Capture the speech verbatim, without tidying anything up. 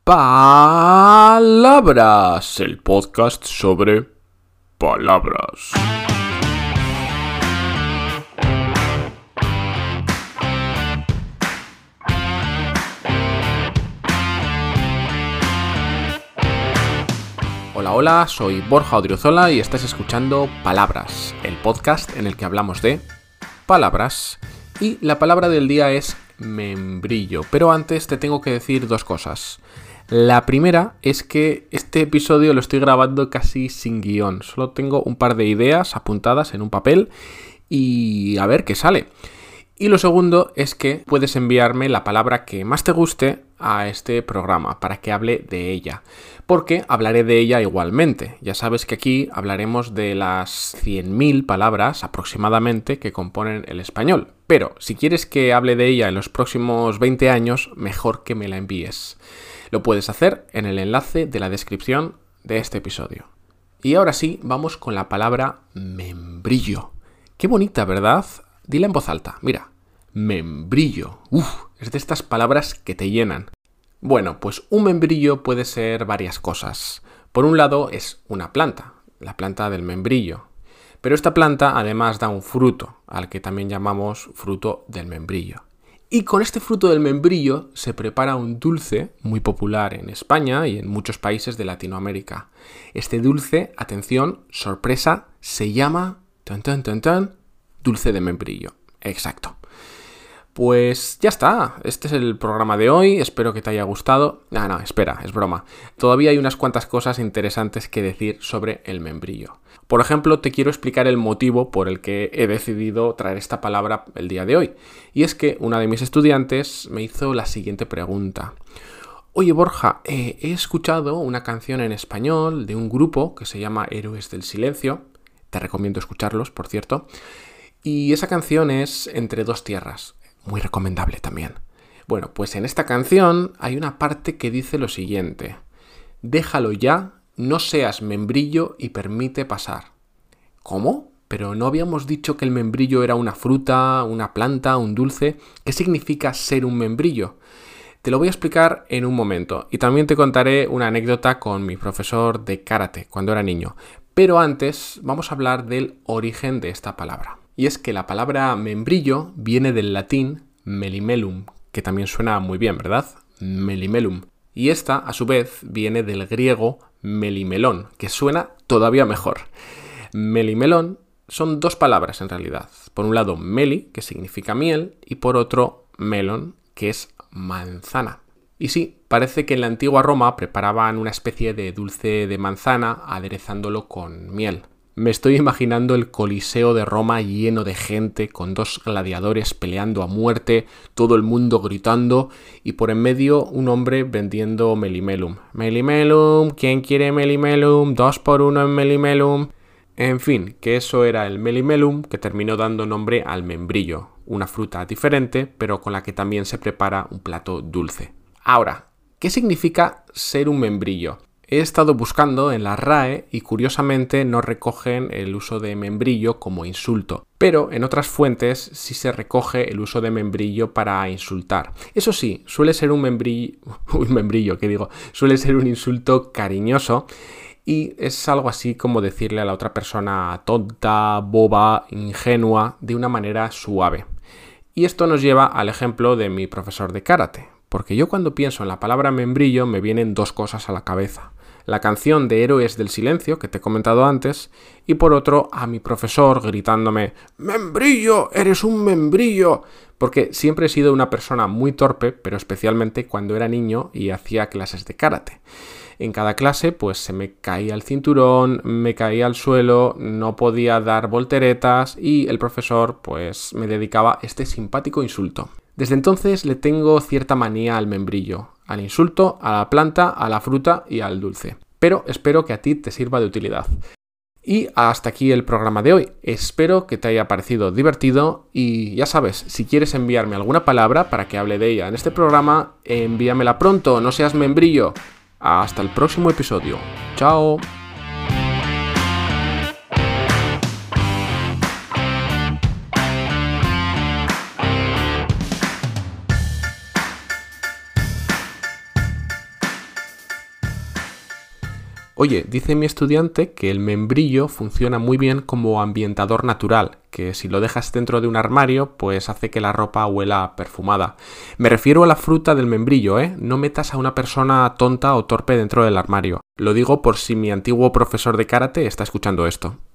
Palabras, el podcast sobre palabras. Hola, hola, soy Borja Odriozola y estás escuchando Palabras, el podcast en el que hablamos de palabras. Y la palabra del día es membrillo, pero antes te tengo que decir dos cosas. La primera es que este episodio lo estoy grabando casi sin guión, solo tengo un par de ideas apuntadas en un papel y a ver qué sale. Y lo segundo es que puedes enviarme la palabra que más te guste a este programa para que hable de ella, porque hablaré de ella igualmente. Ya sabes que aquí hablaremos de las cien mil palabras aproximadamente que componen el español, pero si quieres que hable de ella en los próximos veinte años, mejor que me la envíes. Lo puedes hacer en el enlace de la descripción de este episodio. Y ahora sí, vamos con la palabra membrillo. Qué bonita, ¿verdad? Dila en voz alta, mira. Membrillo. Uf, es de estas palabras que te llenan. Bueno, pues un membrillo puede ser varias cosas. Por un lado es una planta, la planta del membrillo. Pero esta planta además da un fruto, al que también llamamos fruto del membrillo. Y con este fruto del membrillo se prepara un dulce muy popular en España y en muchos países de Latinoamérica. Este dulce, atención, sorpresa, se llama tan, tan, tan, tan, dulce de membrillo. Exacto. Pues ya está, este es el programa de hoy, espero que te haya gustado. Ah, no, espera, es broma. Todavía hay unas cuantas cosas interesantes que decir sobre el membrillo. Por ejemplo, te quiero explicar el motivo por el que he decidido traer esta palabra el día de hoy. Y es que una de mis estudiantes me hizo la siguiente pregunta. Oye Borja, eh, he escuchado una canción en español de un grupo que se llama Héroes del Silencio. Te recomiendo escucharlos, por cierto. Y esa canción es Entre dos tierras. Muy recomendable también. Bueno, pues en esta canción hay una parte que dice lo siguiente. Déjalo ya, no seas membrillo y permite pasar. ¿Cómo? Pero ¿no habíamos dicho que el membrillo era una fruta, una planta, un dulce? ¿Qué significa ser un membrillo? Te lo voy a explicar en un momento y también te contaré una anécdota con mi profesor de karate cuando era niño. Pero antes vamos a hablar del origen de esta palabra. Y es que la palabra membrillo viene del latín melimellum, que también suena muy bien, ¿verdad? Melimellum. Y esta, a su vez, viene del griego melimelón, que suena todavía mejor. Melimelón son dos palabras en realidad. Por un lado, meli, que significa miel, y por otro, melon, que es manzana. Y sí, parece que en la antigua Roma preparaban una especie de dulce de manzana aderezándolo con miel. Me estoy imaginando el Coliseo de Roma lleno de gente, con dos gladiadores peleando a muerte, todo el mundo gritando y por en medio un hombre vendiendo melimellum. Melimellum, ¿quién quiere melimellum? Dos por uno en melimellum. En fin, que eso era el melimellum que terminó dando nombre al membrillo, una fruta diferente pero con la que también se prepara un plato dulce. Ahora, ¿qué significa ser un membrillo? He estado buscando en la R A E y curiosamente no recogen el uso de membrillo como insulto, pero en otras fuentes sí se recoge el uso de membrillo para insultar. Eso sí, suele ser un membrillo, un membrillo, ¿qué digo? Suele ser un insulto cariñoso y es algo así como decirle a la otra persona tonta, boba, ingenua, de una manera suave. Y esto nos lleva al ejemplo de mi profesor de karate, porque yo cuando pienso en la palabra membrillo me vienen dos cosas a la cabeza. La canción de Héroes del Silencio, que te he comentado antes, y por otro a mi profesor gritándome ¡Membrillo! ¡Eres un membrillo! Porque siempre he sido una persona muy torpe, pero especialmente cuando era niño y hacía clases de karate. En cada clase pues se me caía el cinturón, me caía al suelo, no podía dar volteretas y el profesor pues me dedicaba este simpático insulto. Desde entonces le tengo cierta manía al membrillo, al insulto, a la planta, a la fruta y al dulce. Pero espero que a ti te sirva de utilidad. Y hasta aquí el programa de hoy. Espero que te haya parecido divertido y ya sabes, si quieres enviarme alguna palabra para que hable de ella en este programa, envíamela pronto, no seas membrillo. Hasta el próximo episodio. Chao. Oye, dice mi estudiante que el membrillo funciona muy bien como ambientador natural, que si lo dejas dentro de un armario, pues hace que la ropa huela perfumada. Me refiero a la fruta del membrillo, ¿eh? No metas a una persona tonta o torpe dentro del armario. Lo digo por si mi antiguo profesor de karate está escuchando esto.